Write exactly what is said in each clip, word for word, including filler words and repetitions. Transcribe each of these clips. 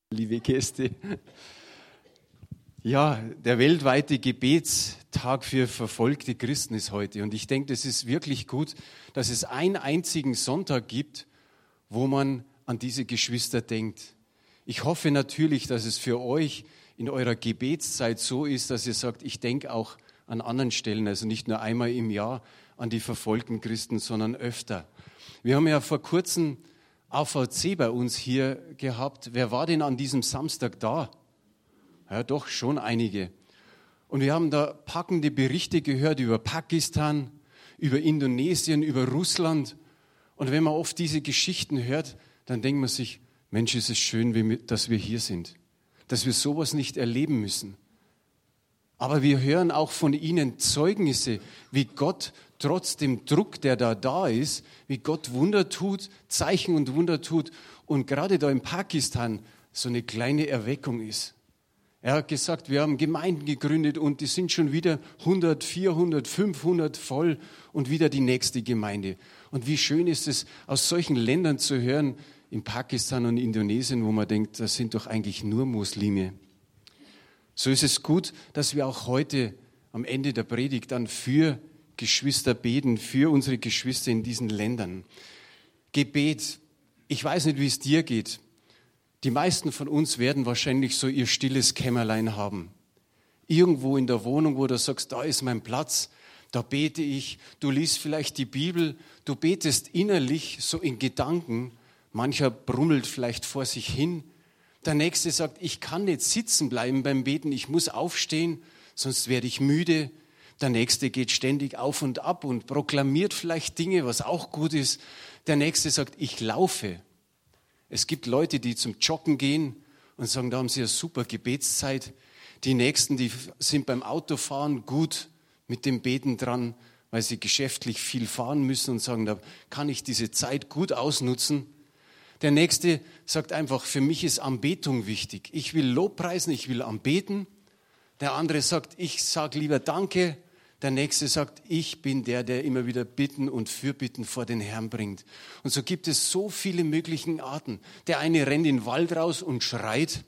Liebe Gäste. Ja, der weltweite Gebetstag für verfolgte Christen ist heute. Und ich denke, es ist wirklich gut, dass es einen einzigen Sonntag gibt, wo man an diese Geschwister denkt. Ich hoffe natürlich, dass es für euch in eurer Gebetszeit so ist, dass ihr sagt, ich denke auch an anderen Stellen, also nicht nur einmal im Jahr an die verfolgten Christen, sondern öfter. Wir haben ja vor kurzem A V C bei uns hier gehabt. Wer war denn an diesem Samstag da? Ja, doch, schon einige. Und wir haben da packende Berichte gehört über Pakistan, über Indonesien, über Russland. Und wenn man oft diese Geschichten hört, dann denkt man sich, Mensch, ist es schön, dass wir hier sind, dass wir sowas nicht erleben müssen. Aber wir hören auch von ihnen Zeugnisse, wie Gott trotz dem Druck, der da da ist, wie Gott Wunder tut, Zeichen und Wunder tut und gerade da in Pakistan so eine kleine Erweckung ist. Er hat gesagt, wir haben Gemeinden gegründet und die sind schon wieder hundert, vierhundert, fünfhundert voll und wieder die nächste Gemeinde. Und wie schön ist es, aus solchen Ländern zu hören, in Pakistan und Indonesien, wo man denkt, das sind doch eigentlich nur Muslime. So ist es gut, dass wir auch heute am Ende der Predigt dann für Geschwister beten, für unsere Geschwister in diesen Ländern. Gebet, ich weiß nicht, wie es dir geht. Die meisten von uns werden wahrscheinlich so ihr stilles Kämmerlein haben. Irgendwo in der Wohnung, wo du sagst, da ist mein Platz, da bete ich. Du liest vielleicht die Bibel, du betest innerlich so in Gedanken. Mancher brummelt vielleicht vor sich hin. Der Nächste sagt, ich kann nicht sitzen bleiben beim Beten, ich muss aufstehen, sonst werde ich müde. Der Nächste geht ständig auf und ab und proklamiert vielleicht Dinge, was auch gut ist. Der Nächste sagt, ich laufe. Es gibt Leute, die zum Joggen gehen und sagen, da haben sie eine super Gebetszeit. Die Nächsten, die sind beim Autofahren gut mit dem Beten dran, weil sie geschäftlich viel fahren müssen und sagen, da kann ich diese Zeit gut ausnutzen. Der Nächste sagt einfach, für mich ist Anbetung wichtig. Ich will Lobpreisen, ich will anbeten. Der andere sagt, ich sage lieber Danke. Der Nächste sagt, ich bin der, der immer wieder Bitten und Fürbitten vor den Herrn bringt. Und so gibt es so viele mögliche Arten. Der eine rennt in den Wald raus und schreit,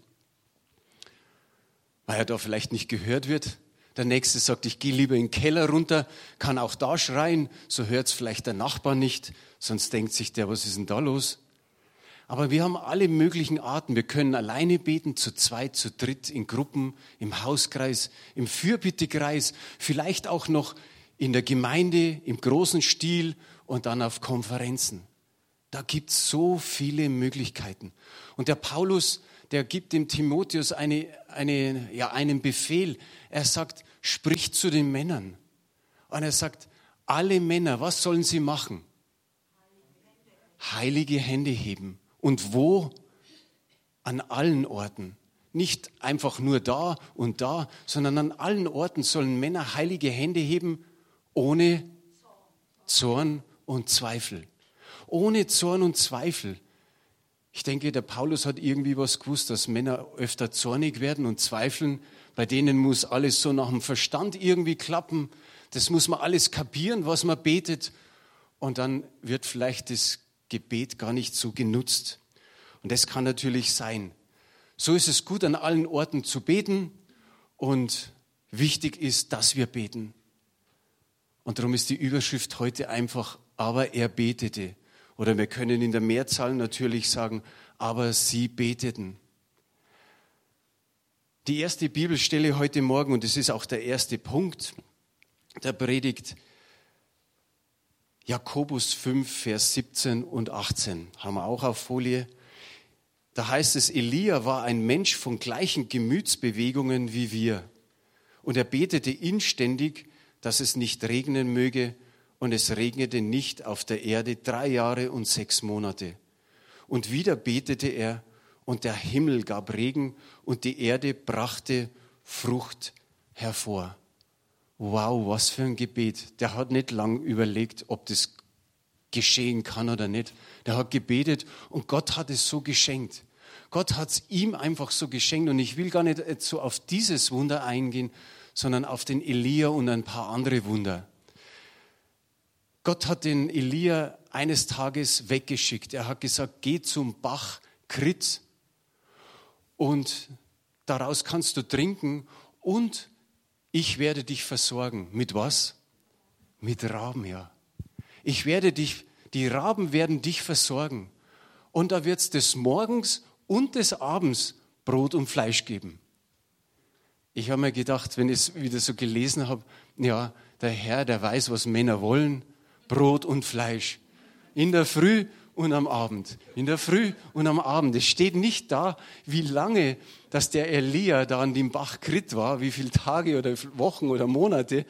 weil er da vielleicht nicht gehört wird. Der Nächste sagt, ich gehe lieber in den Keller runter, kann auch da schreien, so hört es vielleicht der Nachbar nicht, sonst denkt sich der, was ist denn da los? Aber wir haben alle möglichen Arten. Wir können alleine beten, zu zweit, zu dritt, in Gruppen, im Hauskreis, im Fürbittekreis, vielleicht auch noch in der Gemeinde, im großen Stil und dann auf Konferenzen. Da gibt es so viele Möglichkeiten. Und der Paulus, der gibt dem Timotheus eine, eine, ja, einen Befehl. Er sagt, sprich zu den Männern. Und er sagt, alle Männer, was sollen sie machen? Heilige Hände heben. Und wo? An allen Orten. Nicht einfach nur da und da, sondern an allen Orten sollen Männer heilige Hände heben, ohne Zorn und Zweifel. Ohne Zorn und Zweifel. Ich denke, der Paulus hat irgendwie was gewusst, dass Männer öfter zornig werden und zweifeln. Bei denen muss alles so nach dem Verstand irgendwie klappen. Das muss man alles kapieren, was man betet. Und dann wird vielleicht das Gebet gar nicht so genutzt. Und das kann natürlich sein. So ist es gut, an allen Orten zu beten und wichtig ist, dass wir beten. Und darum ist die Überschrift heute einfach, aber er betete. Oder wir können in der Mehrzahl natürlich sagen, aber sie beteten. Die erste Bibelstelle heute Morgen, und das ist auch der erste Punkt der Predigt, Jakobus fünf, Vers siebzehn und achtzehn, haben wir auch auf Folie. Da heißt es, Elia war ein Mensch von gleichen Gemütsbewegungen wie wir. Und er betete inständig, dass es nicht regnen möge, und es regnete nicht auf der Erde drei Jahre und sechs Monate. Und wieder betete er, und der Himmel gab Regen, und die Erde brachte Frucht hervor. Wow, was für ein Gebet. Der hat nicht lang überlegt, ob das geschehen kann oder nicht. Der hat gebetet und Gott hat es so geschenkt. Gott hat es ihm einfach so geschenkt. Und ich will gar nicht so auf dieses Wunder eingehen, sondern auf den Elia und ein paar andere Wunder. Gott hat den Elia eines Tages weggeschickt. Er hat gesagt, geh zum Bach Krit und daraus kannst du trinken und ich werde dich versorgen. Mit was? Mit Raben, ja. Ich werde dich, die Raben werden dich versorgen. Und da wird es des Morgens und des Abends Brot und Fleisch geben. Ich habe mir gedacht, wenn ich es wieder so gelesen habe, ja, der Herr, der weiß, was Männer wollen, Brot und Fleisch. In der Früh und am Abend. In der Früh und am Abend. Es steht nicht da, wie lange, dass der Elia da an dem Bach Krit war, wie viele Tage oder Wochen oder Monate.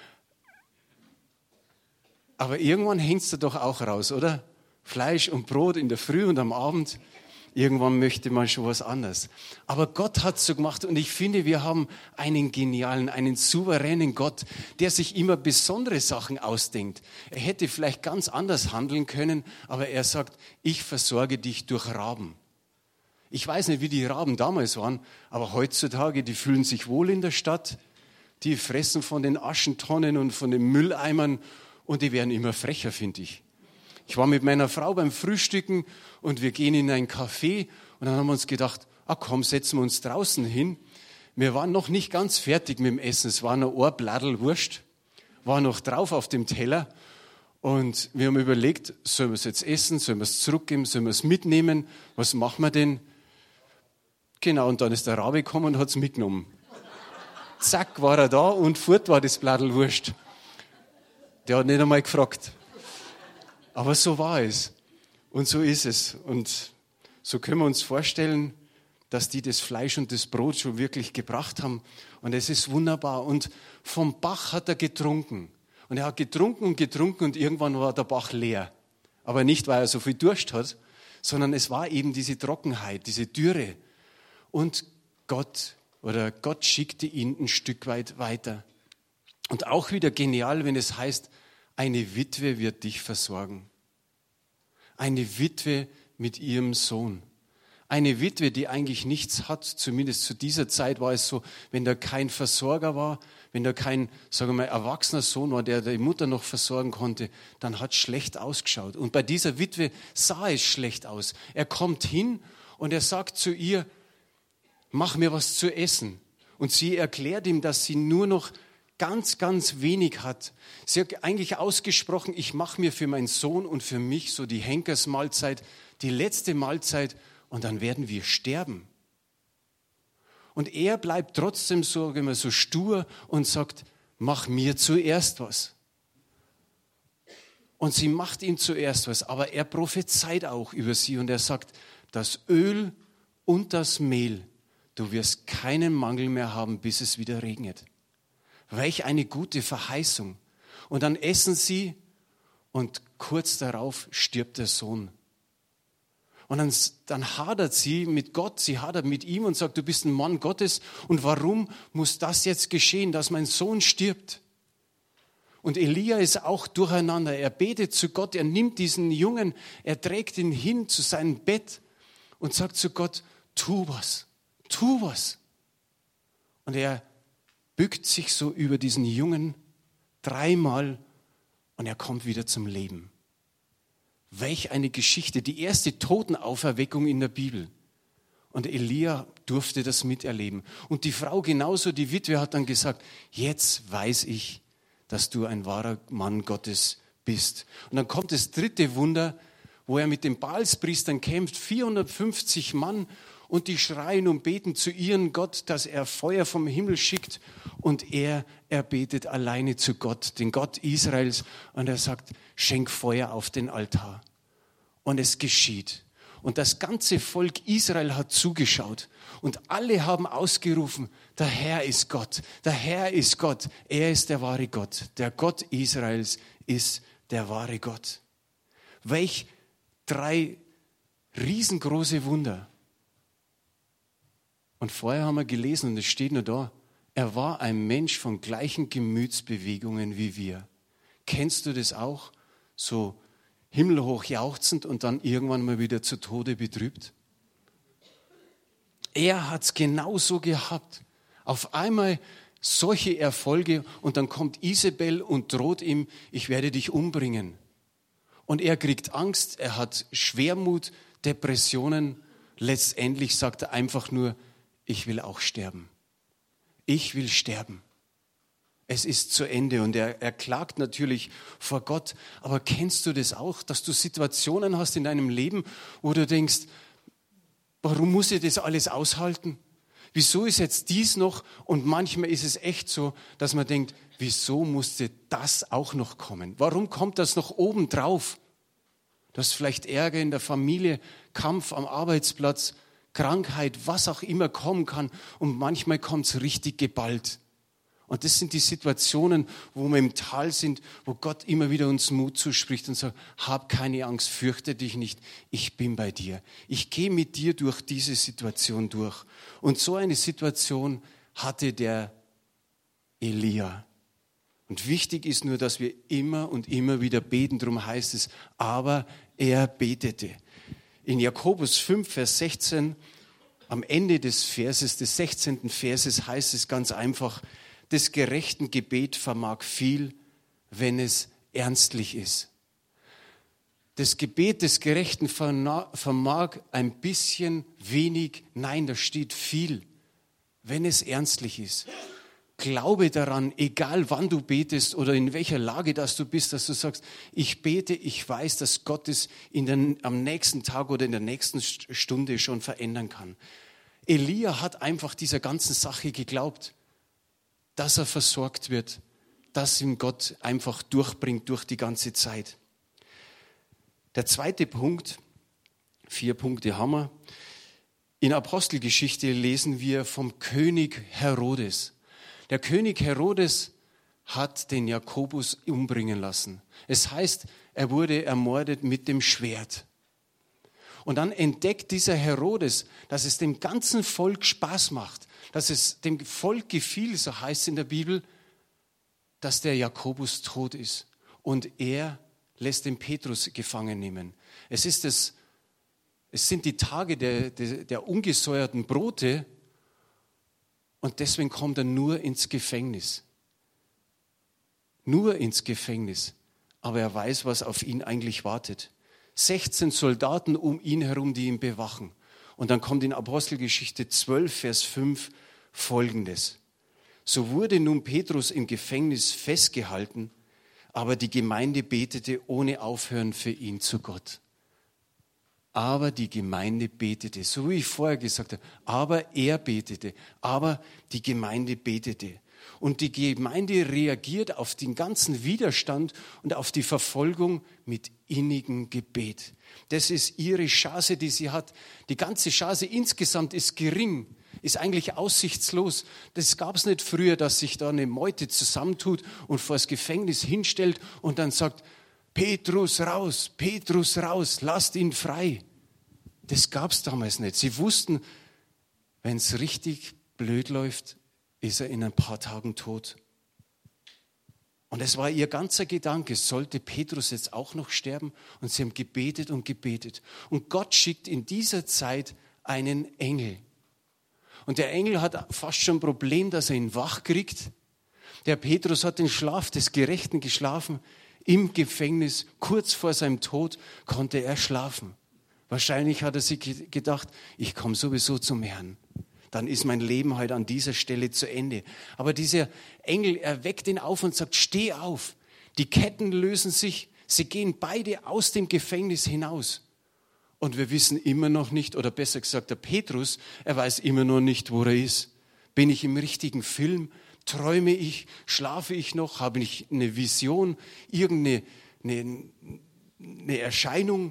Aber irgendwann hängst du doch auch raus, oder? Fleisch und Brot in der Früh und am Abend. Irgendwann möchte man schon was anderes. Aber Gott hat es so gemacht und ich finde, wir haben einen genialen, einen souveränen Gott, der sich immer besondere Sachen ausdenkt. Er hätte vielleicht ganz anders handeln können, aber er sagt, ich versorge dich durch Raben. Ich weiß nicht, wie die Raben damals waren, aber heutzutage, die fühlen sich wohl in der Stadt, die fressen von den Aschentonnen und von den Mülleimern und die werden immer frecher, finde ich. Ich war mit meiner Frau beim Frühstücken und wir gehen in ein Café und dann haben wir uns gedacht, ah komm, setzen wir uns draußen hin. Wir waren noch nicht ganz fertig mit dem Essen, es war noch ein Blattl Wurst, war noch drauf auf dem Teller und wir haben überlegt, sollen wir es jetzt essen, sollen wir es zurückgeben, sollen wir es mitnehmen, was machen wir denn? Genau, und dann ist der Rabe gekommen und hat es mitgenommen. Zack, war er da und fort war das Blattl Wurst. Der hat nicht einmal gefragt. Aber so war es und so ist es und so können wir uns vorstellen, dass die das Fleisch und das Brot schon wirklich gebracht haben und es ist wunderbar und vom Bach hat er getrunken und er hat getrunken und getrunken und irgendwann war der Bach leer, aber nicht, weil er so viel Durst hat, sondern es war eben diese Trockenheit, diese Dürre und Gott oder Gott schickte ihn ein Stück weit weiter und auch wieder genial, wenn es heißt, eine Witwe wird dich versorgen. Eine Witwe mit ihrem Sohn. Eine Witwe, die eigentlich nichts hat, zumindest zu dieser Zeit war es so, wenn da kein Versorger war, wenn da kein, sagen wir mal, erwachsener Sohn war, der die Mutter noch versorgen konnte, dann hat es schlecht ausgeschaut. Und bei dieser Witwe sah es schlecht aus. Er kommt hin und er sagt zu ihr, mach mir was zu essen. Und sie erklärt ihm, dass sie nur noch ganz, ganz wenig hat. Sie hat eigentlich ausgesprochen, ich mache mir für meinen Sohn und für mich so die Henkersmahlzeit, die letzte Mahlzeit und dann werden wir sterben. Und er bleibt trotzdem so, immer so stur und sagt, mach mir zuerst was. Und sie macht ihm zuerst was, aber er prophezeit auch über sie und er sagt, das Öl und das Mehl, du wirst keinen Mangel mehr haben, bis es wieder regnet. Welch eine gute Verheißung. Und dann essen sie und kurz darauf stirbt der Sohn. Und dann, dann hadert sie mit Gott, sie hadert mit ihm und sagt, du bist ein Mann Gottes und warum muss das jetzt geschehen, dass mein Sohn stirbt? Und Elia ist auch durcheinander. Er betet zu Gott, er nimmt diesen Jungen, er trägt ihn hin zu seinem Bett und sagt zu Gott, tu was, tu was. Und er bückt sich so über diesen Jungen dreimal und er kommt wieder zum Leben. Welch eine Geschichte, die erste Totenauferweckung in der Bibel. Und Elia durfte das miterleben. Und die Frau genauso, die Witwe, hat dann gesagt, jetzt weiß ich, dass du ein wahrer Mann Gottes bist. Und dann kommt das dritte Wunder, wo er mit den Baalspriestern kämpft, vierhundertfünfzig Mann, und die schreien und beten zu ihrem Gott, dass er Feuer vom Himmel schickt. Und er, er betet alleine zu Gott, den Gott Israels. Und er sagt, schenk Feuer auf den Altar. Und es geschieht. Und das ganze Volk Israel hat zugeschaut. Und alle haben ausgerufen, der Herr ist Gott, der Herr ist Gott. Er ist der wahre Gott. Der Gott Israels ist der wahre Gott. Welch drei riesengroße Wunder. Und vorher haben wir gelesen, und es steht nur da, er war ein Mensch von gleichen Gemütsbewegungen wie wir. Kennst du das auch? So himmelhoch jauchzend und dann irgendwann mal wieder zu Tode betrübt? Er hat es genauso gehabt. Auf einmal solche Erfolge und dann kommt Isabel und droht ihm, ich werde dich umbringen. Und er kriegt Angst, er hat Schwermut, Depressionen. Letztendlich sagt er einfach nur, ich will auch sterben. Ich will sterben. Es ist zu Ende und er, er klagt natürlich vor Gott. Aber kennst du das auch, dass du Situationen hast in deinem Leben, wo du denkst, warum muss ich das alles aushalten? Wieso ist jetzt dies noch? Und manchmal ist es echt so, dass man denkt, wieso musste das auch noch kommen? Warum kommt das noch oben drauf? Du hast vielleicht Ärger in der Familie, Kampf am Arbeitsplatz, Krankheit, was auch immer kommen kann. Und manchmal kommt es richtig geballt. Und das sind die Situationen, wo wir im Tal sind, wo Gott immer wieder uns Mut zuspricht und sagt, hab keine Angst, fürchte dich nicht, ich bin bei dir. Ich gehe mit dir durch diese Situation durch. Und so eine Situation hatte der Elia. Und wichtig ist nur, dass wir immer und immer wieder beten, darum heißt es, aber er betete. In Jakobus fünf, Vers sechzehn, am Ende des Verses, des sechzehnten Verses heißt es ganz einfach, des gerechten Gebet vermag viel, wenn es ernstlich ist. Das Gebet des Gerechten vermag ein bisschen, wenig, nein, da steht viel, wenn es ernstlich ist. Glaube daran, egal wann du betest oder in welcher Lage dass du bist, dass du sagst, ich bete, ich weiß, dass Gott es in den, am nächsten Tag oder in der nächsten Stunde schon verändern kann. Elia hat einfach dieser ganzen Sache geglaubt, dass er versorgt wird, dass ihn Gott einfach durchbringt durch die ganze Zeit. Der zweite Punkt, vier Punkte haben wir. In Apostelgeschichte lesen wir vom König Herodes. Der König Herodes hat den Jakobus umbringen lassen. Es heißt, er wurde ermordet mit dem Schwert. Und dann entdeckt dieser Herodes, dass es dem ganzen Volk Spaß macht, dass es dem Volk gefiel, so heißt es in der Bibel, dass der Jakobus tot ist. Und er lässt den Petrus gefangen nehmen. Es, ist das, es sind die Tage der, der, der ungesäuerten Brote und deswegen kommt er nur ins Gefängnis. Nur ins Gefängnis. Aber er weiß, was auf ihn eigentlich wartet. sechzehn Soldaten um ihn herum, die ihn bewachen. Und dann kommt in Apostelgeschichte zwölf, Vers fünf Folgendes. So wurde nun Petrus im Gefängnis festgehalten, aber die Gemeinde betete ohne Aufhören für ihn zu Gott. Aber die Gemeinde betete, so wie ich vorher gesagt habe, aber er betete, aber die Gemeinde betete. Und die Gemeinde reagiert auf den ganzen Widerstand und auf die Verfolgung mit innigem Gebet. Das ist ihre Chance, die sie hat. Die ganze Chance insgesamt ist gering, ist eigentlich aussichtslos. Das gab es nicht früher, dass sich da eine Meute zusammentut und vor das Gefängnis hinstellt und dann sagt, Petrus raus, Petrus raus, lasst ihn frei. Das gab es damals nicht. Sie wussten, wenn es richtig blöd läuft, ist er in ein paar Tagen tot. Und es war ihr ganzer Gedanke, sollte Petrus jetzt auch noch sterben? Und sie haben gebetet und gebetet. Und Gott schickt in dieser Zeit einen Engel. Und der Engel hat fast schon ein Problem, dass er ihn wach kriegt. Der Petrus hat den Schlaf des Gerechten geschlafen. Im Gefängnis, kurz vor seinem Tod, konnte er schlafen. Wahrscheinlich hat er sich gedacht, ich komme sowieso zum Herrn. Dann ist mein Leben halt an dieser Stelle zu Ende. Aber dieser Engel, er weckt ihn auf und sagt, steh auf. Die Ketten lösen sich, sie gehen beide aus dem Gefängnis hinaus. Und wir wissen immer noch nicht, oder besser gesagt, der Petrus, er weiß immer noch nicht, wo er ist. Bin ich im richtigen Film? Träume ich? Schlafe ich noch? Habe ich eine Vision? Irgendeine eine, eine Erscheinung?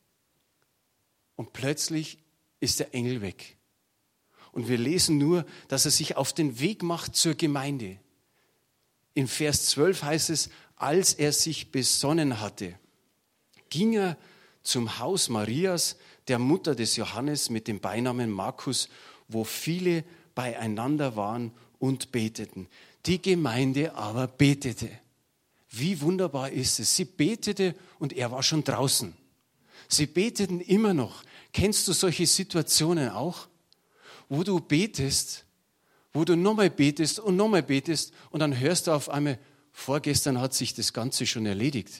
Und plötzlich ist der Engel weg. Und wir lesen nur, dass er sich auf den Weg macht zur Gemeinde. In Vers zwölf heißt es, als er sich besonnen hatte, ging er zum Haus Marias, der Mutter des Johannes mit dem Beinamen Markus, wo viele beieinander waren und beteten. Die Gemeinde aber betete. Wie wunderbar ist es. Sie betete und er war schon draußen. Sie beteten immer noch. Kennst du solche Situationen auch? Wo du betest, wo du nochmal betest und nochmal betest und dann hörst du auf einmal, vorgestern hat sich das Ganze schon erledigt.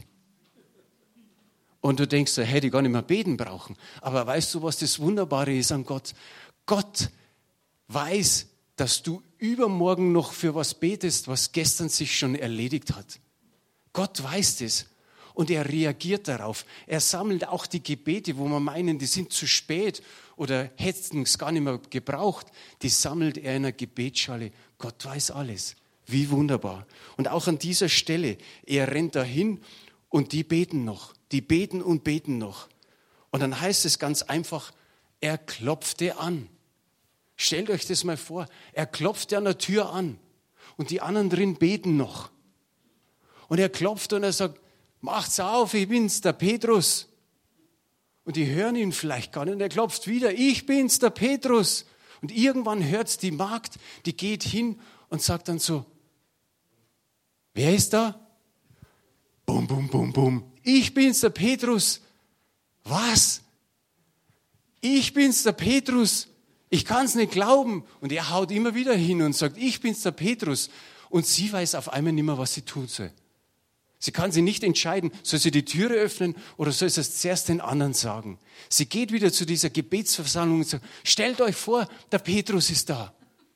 Und du denkst, da hätte ich gar nicht mehr beten brauchen. Aber weißt du, was das Wunderbare ist an Gott? Gott weiß, dass du übermorgen noch für was betest, was gestern sich schon erledigt hat. Gott weiß das und er reagiert darauf. Er sammelt auch die Gebete, wo wir meinen, die sind zu spät oder hätten es gar nicht mehr gebraucht. Die sammelt er in einer Gebetsschale. Gott weiß alles. Wie wunderbar. Und auch an dieser Stelle, er rennt dahin und die beten noch. Die beten und beten noch. Und dann heißt es ganz einfach, er klopfte an. Stellt euch das mal vor. Er klopfte an der Tür an und die anderen drin beten noch. Und er klopft und er sagt, macht's auf, ich bin's, der Petrus. Und die hören ihn vielleicht gar nicht. Und er klopft wieder, ich bin's, der Petrus. Und irgendwann hört's die Magd, die geht hin und sagt dann so, wer ist da? Bum, bum, bum, bum. Ich bin's, der Petrus. Was? Ich bin's, der Petrus. Ich kann's nicht glauben. Und er haut immer wieder hin und sagt, ich bin's, der Petrus. Und sie weiß auf einmal nicht mehr, was sie tun soll. Sie kann sich nicht entscheiden, soll sie die Türe öffnen oder soll sie es zuerst den anderen sagen. Sie geht wieder zu dieser Gebetsversammlung und sagt, stellt euch vor, der Petrus ist da.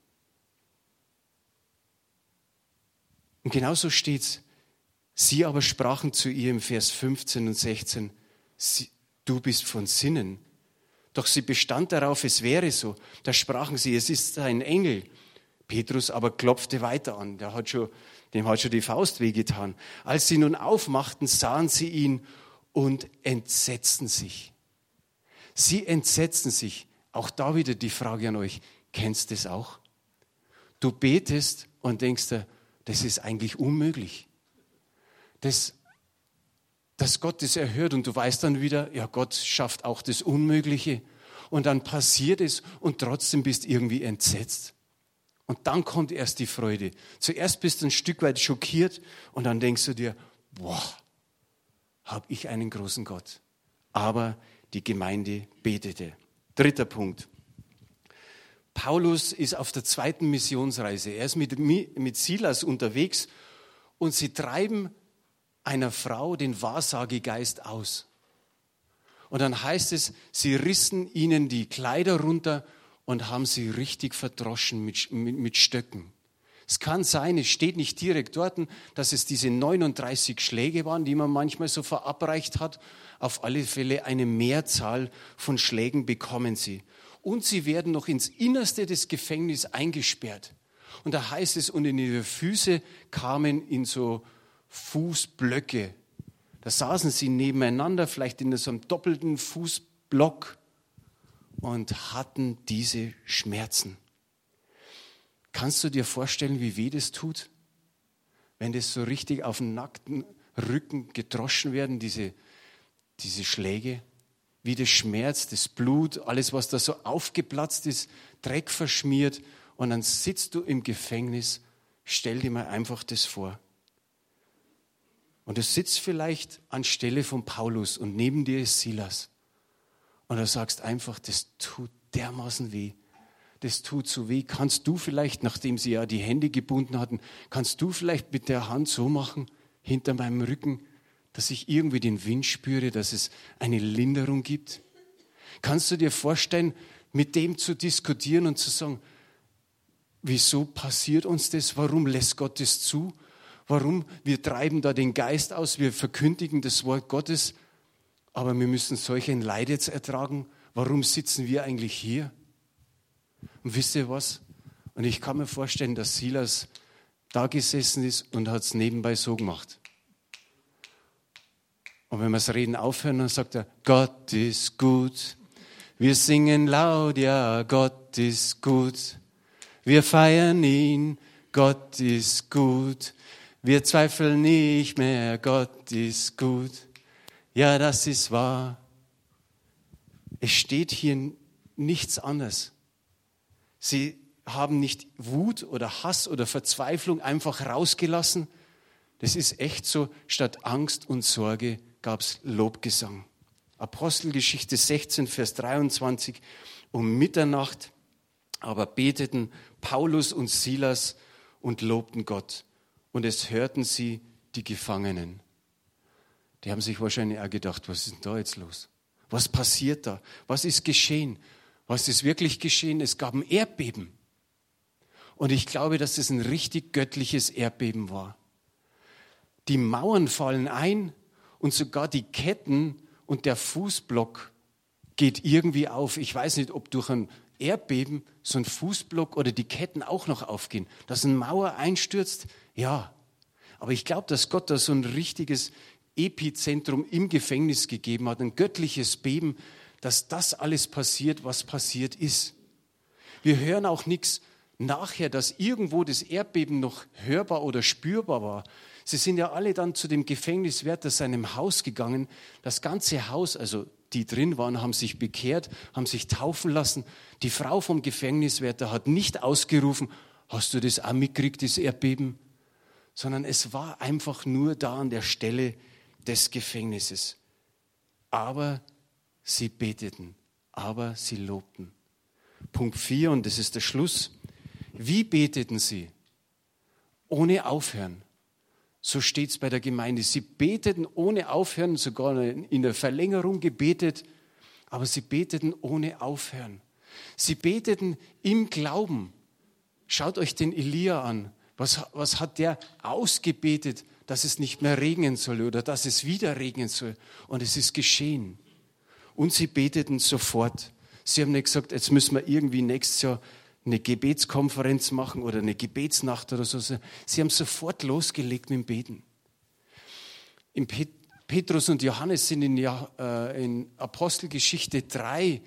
Und genauso steht's. Sie aber sprachen zu ihr im Vers fünfzehn und sechzehn, du bist von Sinnen. Doch sie bestand darauf, es wäre so. Da sprachen sie, es ist ein Engel. Petrus aber klopfte weiter an. Der hat schon, dem hat schon die Faust wehgetan. Als sie nun aufmachten, sahen sie ihn und entsetzten sich. Sie entsetzten sich. Auch da wieder die Frage an euch, kennst du das auch? Du betest und denkst dir, das ist eigentlich unmöglich. Das, dass Gott das erhört und du weißt dann wieder, ja, Gott schafft auch das Unmögliche. Und dann passiert es und trotzdem bist irgendwie entsetzt. Und dann kommt erst die Freude. Zuerst bist du ein Stück weit schockiert und dann denkst du dir, boah, habe ich einen großen Gott. Aber die Gemeinde betete. Dritter Punkt. Paulus ist auf der zweiten Missionsreise. Er ist mit, mit Silas unterwegs und sie treiben einer Frau den Wahrsagegeist aus. Und dann heißt es, sie rissen ihnen die Kleider runter und haben sie richtig verdroschen mit, mit, mit Stöcken. Es kann sein, es steht nicht direkt dort, dass es diese neununddreißig Schläge waren, die man manchmal so verabreicht hat. Auf alle Fälle eine Mehrzahl von Schlägen bekommen sie. Und sie werden noch ins Innerste des Gefängnisses eingesperrt. Und da heißt es, und in ihre Füße kamen in so Fußblöcke. Da saßen sie nebeneinander, vielleicht in so einem doppelten Fußblock und hatten diese Schmerzen. Kannst du dir vorstellen, wie weh das tut? Wenn das so richtig auf den nackten Rücken gedroschen werden, diese, diese Schläge, wie das Schmerz, das Blut, alles, was da so aufgeplatzt ist, Dreck verschmiert und dann sitzt du im Gefängnis. Stell dir mal einfach das vor. Und du sitzt vielleicht anstelle von Paulus und neben dir ist Silas. Und du sagst einfach, das tut dermaßen weh. Das tut so weh. Kannst du vielleicht, nachdem sie ja die Hände gebunden hatten, kannst du vielleicht mit der Hand so machen, hinter meinem Rücken, dass ich irgendwie den Wind spüre, dass es eine Linderung gibt? Kannst du dir vorstellen, mit dem zu diskutieren und zu sagen, wieso passiert uns das? Warum lässt Gott das zu? Warum? Wir treiben da den Geist aus, wir verkündigen das Wort Gottes, aber wir müssen solch ein Leid jetzt ertragen. Warum sitzen wir eigentlich hier? Und wisst ihr was? Und ich kann mir vorstellen, dass Silas da gesessen ist und hat es nebenbei so gemacht. Und wenn wir das Reden aufhören, dann sagt er, Gott ist gut. Wir singen laut, ja, Gott ist gut. Wir feiern ihn, Gott ist gut. Wir zweifeln nicht mehr, Gott ist gut. Ja, das ist wahr. Es steht hier nichts anderes. Sie haben nicht Wut oder Hass oder Verzweiflung einfach rausgelassen. Das ist echt so, statt Angst und Sorge gab es Lobgesang. Apostelgeschichte sechzehn, Vers dreiundzwanzig. Um Mitternacht aber beteten Paulus und Silas und lobten Gott. Und es hörten sie die Gefangenen. Die haben sich wahrscheinlich auch gedacht, was ist denn da jetzt los? Was passiert da? Was ist geschehen? Was ist wirklich geschehen? Es gab ein Erdbeben. Und ich glaube, dass es ein richtig göttliches Erdbeben war. Die Mauern fallen ein und sogar die Ketten und der Fußblock geht irgendwie auf. Ich weiß nicht, ob durch ein Erdbeben so ein Fußblock oder die Ketten auch noch aufgehen. Dass eine Mauer einstürzt, ja. Aber ich glaube, dass Gott da so ein richtiges Epizentrum im Gefängnis gegeben hat, ein göttliches Beben, dass das alles passiert, was passiert ist. Wir hören auch nichts nachher, dass irgendwo das Erdbeben noch hörbar oder spürbar war. Sie sind ja alle dann zu dem Gefängniswärter seinem Haus gegangen. Das ganze Haus, also die drin waren, haben sich bekehrt, haben sich taufen lassen. Die Frau vom Gefängniswärter hat nicht ausgerufen, hast du das auch mitgekriegt, das Erdbeben? Sondern es war einfach nur da an der Stelle des Gefängnisses. Aber sie beteten, aber sie lobten. Punkt vier, und das ist der Schluss. Wie beteten sie? Ohne Aufhören. So steht es bei der Gemeinde. Sie beteten ohne Aufhören, sogar in der Verlängerung gebetet, aber sie beteten ohne Aufhören. Sie beteten im Glauben. Schaut euch den Elia an. Was, was hat der ausgebetet, dass es nicht mehr regnen soll oder dass es wieder regnen soll? Und es ist geschehen. Und sie beteten sofort. Sie haben nicht gesagt, jetzt müssen wir irgendwie nächstes Jahr eine Gebetskonferenz machen oder eine Gebetsnacht oder so. Sie haben sofort losgelegt mit dem Beten. In Pet- Petrus und Johannes sind in, äh, in Apostelgeschichte drei,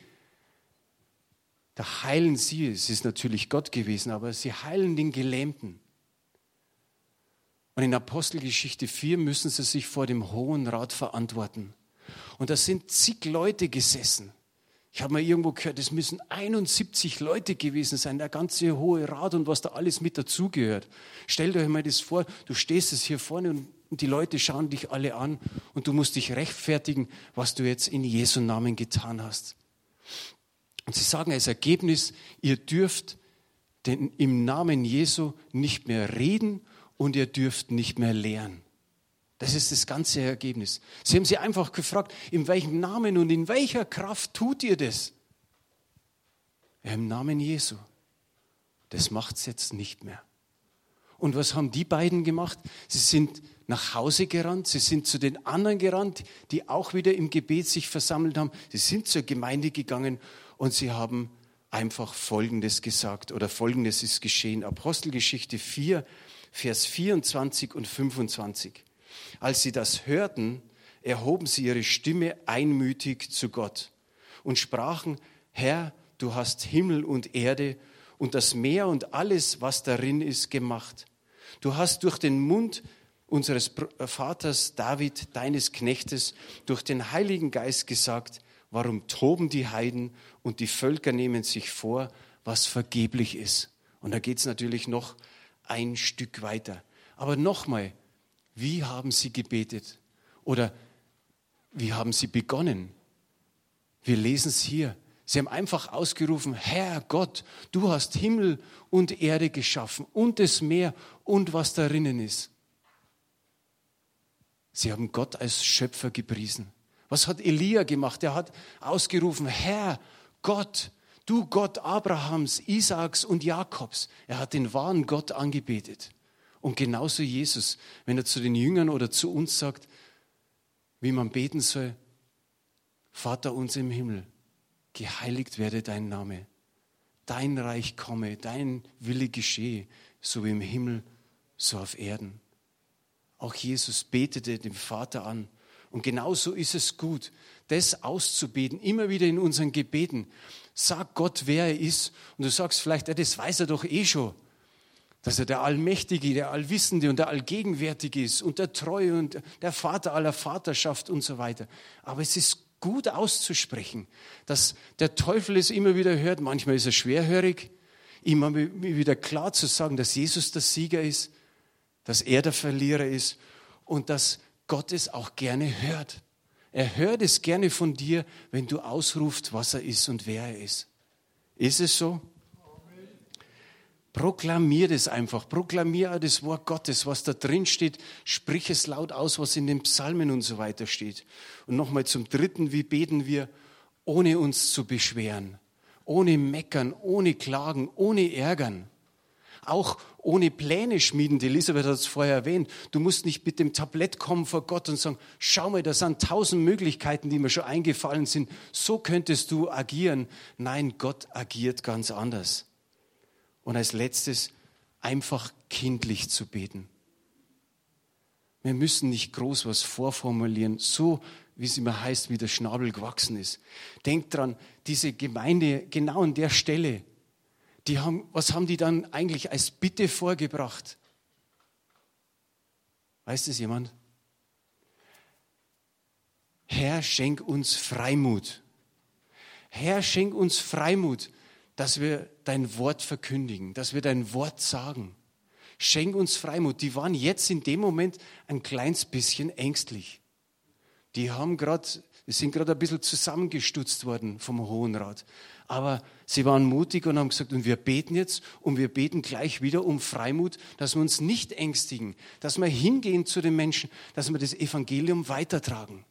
da heilen sie, es ist natürlich Gott gewesen, aber sie heilen den Gelähmten. Und in Apostelgeschichte vier müssen sie sich vor dem Hohen Rat verantworten. Und da sind zig Leute gesessen. Ich habe mal irgendwo gehört, es müssen einundsiebzig Leute gewesen sein, der ganze Hohe Rat und was da alles mit dazugehört. Stellt euch mal das vor, du stehst jetzt hier vorne und die Leute schauen dich alle an und du musst dich rechtfertigen, was du jetzt in Jesu Namen getan hast. Und sie sagen als Ergebnis, ihr dürft denn im Namen Jesu nicht mehr reden und ihr dürft nicht mehr lehren. Das ist das ganze Ergebnis. Sie haben sie einfach gefragt, in welchem Namen und in welcher Kraft tut ihr das? Ja, im Namen Jesu. Das macht es jetzt nicht mehr. Und was haben die beiden gemacht? Sie sind nach Hause gerannt, sie sind zu den anderen gerannt, die auch wieder im Gebet sich versammelt haben. Sie sind zur Gemeinde gegangen und sie haben einfach Folgendes gesagt oder Folgendes ist geschehen. Apostelgeschichte vier, Vers vierundzwanzig und fünfundzwanzig. Als sie das hörten, erhoben sie ihre Stimme einmütig zu Gott und sprachen, Herr, du hast Himmel und Erde und das Meer und alles, was darin ist, gemacht. Du hast durch den Mund unseres Vaters David, deines Knechtes, durch den Heiligen Geist gesagt, warum toben die Heiden und die Völker nehmen sich vor, was vergeblich ist. Und da geht es natürlich noch ein Stück weiter. Aber nochmal, wie haben sie gebetet? Oder wie haben sie begonnen? Wir lesen es hier. Sie haben einfach ausgerufen, Herr Gott, du hast Himmel und Erde geschaffen und das Meer und was darinnen ist. Sie haben Gott als Schöpfer gepriesen. Was hat Elia gemacht? Er hat ausgerufen, Herr Gott, du Gott Abrahams, Isaaks und Jakobs. Er hat den wahren Gott angebetet. Und genauso Jesus, wenn er zu den Jüngern oder zu uns sagt, wie man beten soll, Vater unser im Himmel, geheiligt werde dein Name, dein Reich komme, dein Wille geschehe, so wie im Himmel, so auf Erden. Auch Jesus betete dem Vater an. Und genauso ist es gut, das auszubeten, immer wieder in unseren Gebeten. Sag Gott, wer er ist. Und du sagst vielleicht, ja, das weiß er doch eh schon. Dass er der Allmächtige, der Allwissende und der Allgegenwärtige ist und der Treue und der Vater aller Vaterschaft und so weiter. Aber es ist gut auszusprechen, dass der Teufel es immer wieder hört. Manchmal ist er schwerhörig, immer wieder klar zu sagen, dass Jesus der Sieger ist, dass er der Verlierer ist und dass Gott es auch gerne hört. Er hört es gerne von dir, wenn du ausrufst, was er ist und wer er ist. Ist es so? Proklamier das einfach, proklamier das Wort Gottes, was da drin steht, sprich es laut aus, was in den Psalmen und so weiter steht. Und nochmal zum Dritten, wie beten wir, ohne uns zu beschweren, ohne meckern, ohne klagen, ohne ärgern. auch ohne Pläne schmieden. Die Elisabeth hat es vorher erwähnt. Du musst nicht mit dem Tablett kommen vor Gott und sagen, schau mal, da sind tausend Möglichkeiten, die mir schon eingefallen sind. So könntest du agieren. Nein, Gott agiert ganz anders. Und als letztes, einfach kindlich zu beten. Wir müssen nicht groß was vorformulieren, so wie es immer heißt, wie der Schnabel gewachsen ist. Denkt dran, diese Gemeinde genau an der Stelle, die haben, was haben die dann eigentlich als Bitte vorgebracht? Weiß das jemand? Herr, schenk uns Freimut. Herr, schenk uns Freimut, dass wir dein Wort verkündigen, dass wir dein Wort sagen. Schenk uns Freimut. Die waren jetzt in dem Moment ein kleines bisschen ängstlich. Die haben gerade, sind gerade ein bisschen zusammengestutzt worden vom Hohen Rat. Aber sie waren mutig und haben gesagt, und wir beten jetzt und wir beten gleich wieder um Freimut, dass wir uns nicht ängstigen, dass wir hingehen zu den Menschen, dass wir das Evangelium weitertragen.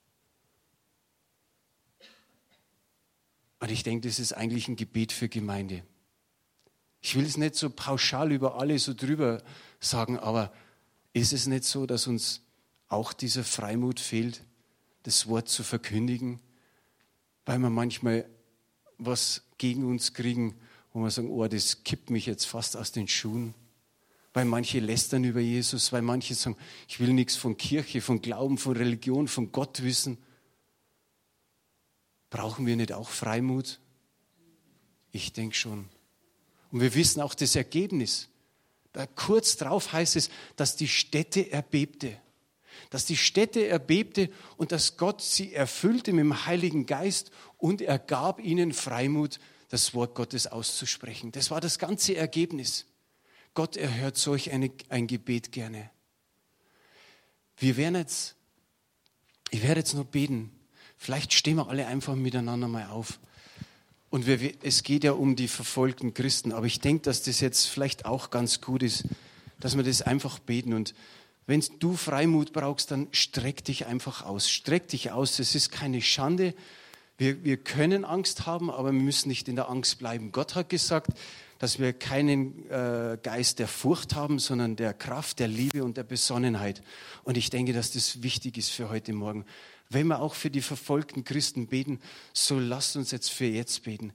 Und ich denke, das ist eigentlich ein Gebet für Gemeinde. Ich will es nicht so pauschal über alle so drüber sagen, aber ist es nicht so, dass uns auch dieser Freimut fehlt, das Wort zu verkündigen, weil wir manchmal was gegen uns kriegen, wo wir sagen, oh, das kippt mich jetzt fast aus den Schuhen, weil manche lästern über Jesus, weil manche sagen, ich will nichts von Kirche, von Glauben, von Religion, von Gott wissen. Brauchen wir nicht auch Freimut? Ich denke schon. Und wir wissen auch das Ergebnis. Da kurz drauf heißt es, dass die Stätte erbebte. Dass die Stätte erbebte und dass Gott sie erfüllte mit dem Heiligen Geist und er gab ihnen Freimut, das Wort Gottes auszusprechen. Das war das ganze Ergebnis. Gott erhört solch eine, ein Gebet gerne. Wir werden jetzt, ich werde jetzt noch beten. Vielleicht stehen wir alle einfach miteinander mal auf. Und wir, es geht ja um die verfolgten Christen, aber ich denke, dass das jetzt vielleicht auch ganz gut ist, dass wir das einfach beten. Und wenn du Freimut brauchst, dann streck dich einfach aus. Streck dich aus, das ist keine Schande. Wir, wir können Angst haben, aber wir müssen nicht in der Angst bleiben. Gott hat gesagt, dass wir keinen äh, Geist der Furcht haben, sondern der Kraft, der Liebe und der Besonnenheit. Und ich denke, dass das wichtig ist für heute Morgen. Wenn wir auch für die verfolgten Christen beten, so lasst uns jetzt für jetzt beten.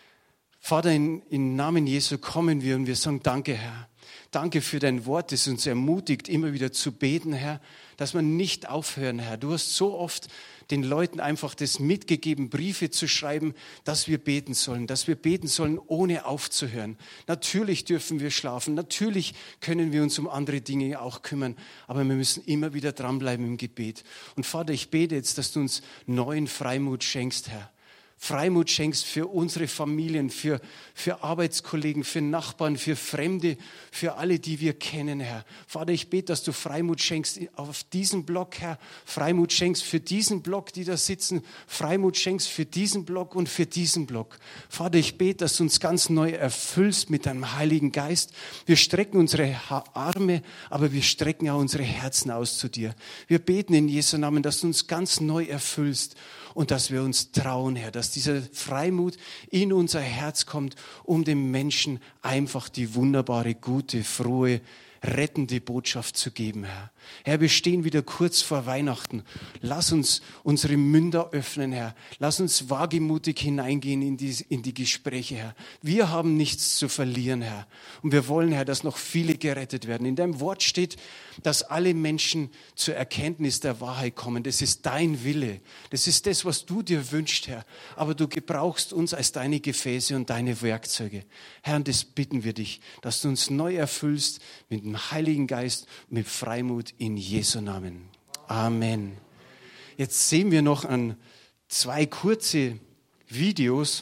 Vater, in, im Namen Jesu kommen wir und wir sagen, danke, Herr. Danke für dein Wort, das uns ermutigt, immer wieder zu beten, Herr, dass wir nicht aufhören, Herr. Du hast so oft den Leuten einfach das mitgegeben, Briefe zu schreiben, dass wir beten sollen, dass wir beten sollen, ohne aufzuhören. Natürlich dürfen wir schlafen, natürlich können wir uns um andere Dinge auch kümmern, aber wir müssen immer wieder dranbleiben im Gebet. Und Vater, ich bete jetzt, dass du uns neuen Freimut schenkst, Herr. Freimut schenkst für unsere Familien, für, für Arbeitskollegen, für Nachbarn, für Fremde, für alle, die wir kennen, Herr. Vater, ich bete, dass du Freimut schenkst auf diesen Block, Herr. Freimut schenkst für diesen Block, die da sitzen. Freimut schenkst für diesen Block und für diesen Block. Vater, ich bete, dass du uns ganz neu erfüllst mit deinem Heiligen Geist. Wir strecken unsere Arme, aber wir strecken auch unsere Herzen aus zu dir. Wir beten in Jesu Namen, dass du uns ganz neu erfüllst und dass wir uns trauen, Herr, dass dieser Freimut in unser Herz kommt, um dem Menschen einfach die wunderbare, gute, frohe, rettende Botschaft zu geben, Herr. Herr, wir stehen wieder kurz vor Weihnachten. Lass uns unsere Münder öffnen, Herr. Lass uns wagemutig hineingehen in die, in die Gespräche, Herr. Wir haben nichts zu verlieren, Herr. Und wir wollen, Herr, dass noch viele gerettet werden. In deinem Wort steht, dass alle Menschen zur Erkenntnis der Wahrheit kommen. Das ist dein Wille. Das ist das, was du dir wünschst, Herr. Aber du gebrauchst uns als deine Gefäße und deine Werkzeuge. Herr, und das bitten wir dich, dass du uns neu erfüllst mit dem Heiligen Geist, mit Freimut in Jesu Namen. Amen. Jetzt sehen wir noch an zwei kurze Videos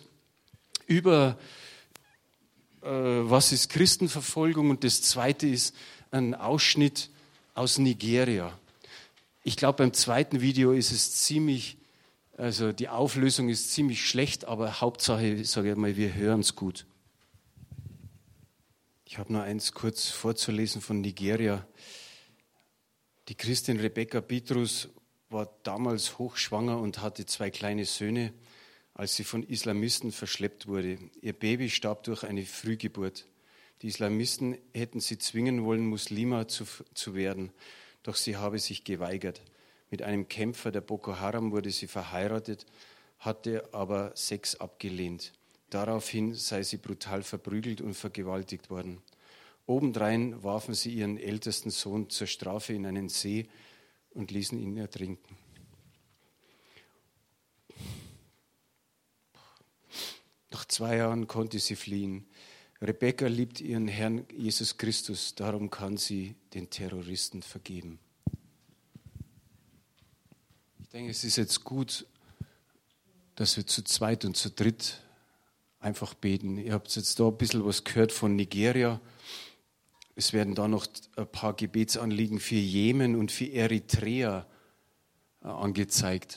über, äh, was ist Christenverfolgung, und das zweite ist ein Ausschnitt aus Nigeria. Ich glaube, beim zweiten Video ist es ziemlich, also die Auflösung ist ziemlich schlecht, aber Hauptsache, sage ich mal, wir hören es gut. Ich habe nur eins kurz vorzulesen von Nigeria. Die Christin Rebecca Bitrus war damals hochschwanger und hatte zwei kleine Söhne, als sie von Islamisten verschleppt wurde. Ihr Baby starb durch eine Frühgeburt. Die Islamisten hätten sie zwingen wollen, Muslima zu, zu werden, doch sie habe sich geweigert. Mit einem Kämpfer der Boko Haram wurde sie verheiratet, hatte aber Sex abgelehnt. Daraufhin sei sie brutal verprügelt und vergewaltigt worden. Obendrein warfen sie ihren ältesten Sohn zur Strafe in einen See und ließen ihn ertrinken. Nach zwei Jahren konnte sie fliehen. Rebekka liebt ihren Herrn Jesus Christus, darum kann sie den Terroristen vergeben. Ich denke, es ist jetzt gut, dass wir zu zweit und zu dritt einfach beten. Ihr habt jetzt da ein bisschen was gehört von Nigeria. Es werden da noch ein paar Gebetsanliegen für Jemen und für Eritrea angezeigt.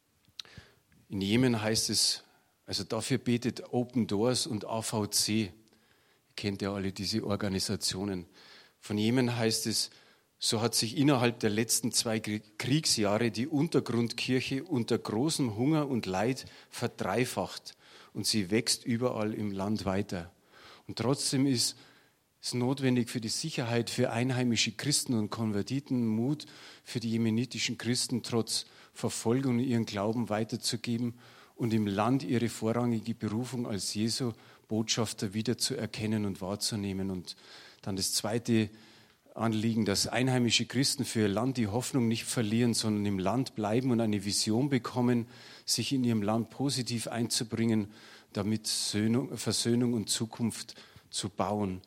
In Jemen heißt es, also dafür betet Open Doors und A V C. Ihr kennt ja alle diese Organisationen. Von Jemen heißt es, so hat sich innerhalb der letzten zwei Kriegsjahre die Untergrundkirche unter großem Hunger und Leid verdreifacht und sie wächst überall im Land weiter. Und trotzdem ist es notwendig für die Sicherheit für einheimische Christen und Konvertiten, Mut für die jemenitischen Christen trotz Verfolgung ihren Glauben weiterzugeben und im Land ihre vorrangige Berufung als Jesu Botschafter wiederzuerkennen und wahrzunehmen. Und dann das zweite Anliegen, dass einheimische Christen für ihr Land die Hoffnung nicht verlieren, sondern im Land bleiben und eine Vision bekommen, sich in ihrem Land positiv einzubringen, damit Söhnung, Versöhnung und Zukunft zu bauen.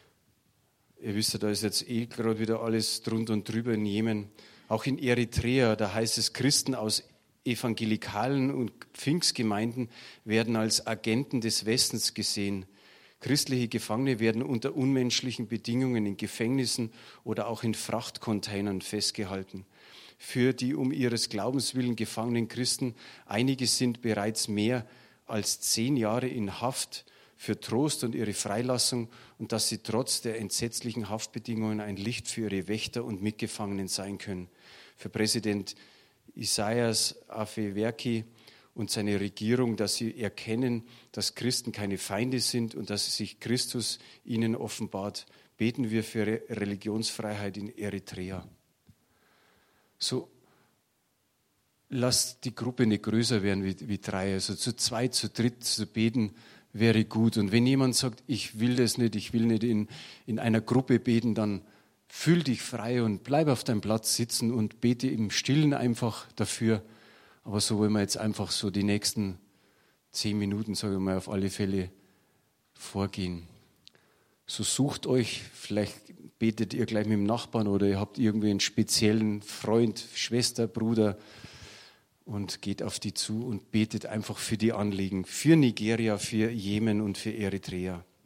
Ihr wisst ja, da ist jetzt eh gerade wieder alles drunter und drüber in Jemen. Auch in Eritrea, da heißt es, Christen aus evangelikalen und Pfingstgemeinden werden als Agenten des Westens gesehen. Christliche Gefangene werden unter unmenschlichen Bedingungen in Gefängnissen oder auch in Frachtcontainern festgehalten. Für die um ihres Glaubens willen gefangenen Christen, einige sind bereits mehr als zehn Jahre in Haft für Trost und ihre Freilassung und dass sie trotz der entsetzlichen Haftbedingungen ein Licht für ihre Wächter und Mitgefangenen sein können. Für Präsident Isaias Afewerki und seine Regierung, dass sie erkennen, dass Christen keine Feinde sind und dass sich Christus ihnen offenbart. Beten wir für Re- Religionsfreiheit in Eritrea. So, lasst die Gruppe nicht größer werden wie, wie drei, also zu zweit, zu dritt zu beten wäre gut. Und wenn jemand sagt, ich will das nicht, ich will nicht in, in einer Gruppe beten, dann fühl dich frei und bleib auf deinem Platz sitzen und bete im Stillen einfach dafür. Aber so wollen wir jetzt einfach so die nächsten zehn Minuten, sage ich mal, auf alle Fälle vorgehen. So sucht euch, vielleicht betet ihr gleich mit dem Nachbarn oder ihr habt irgendwie einen speziellen Freund, Schwester, Bruder und geht auf die zu und betet einfach für die Anliegen, für Nigeria, für Jemen und für Eritrea.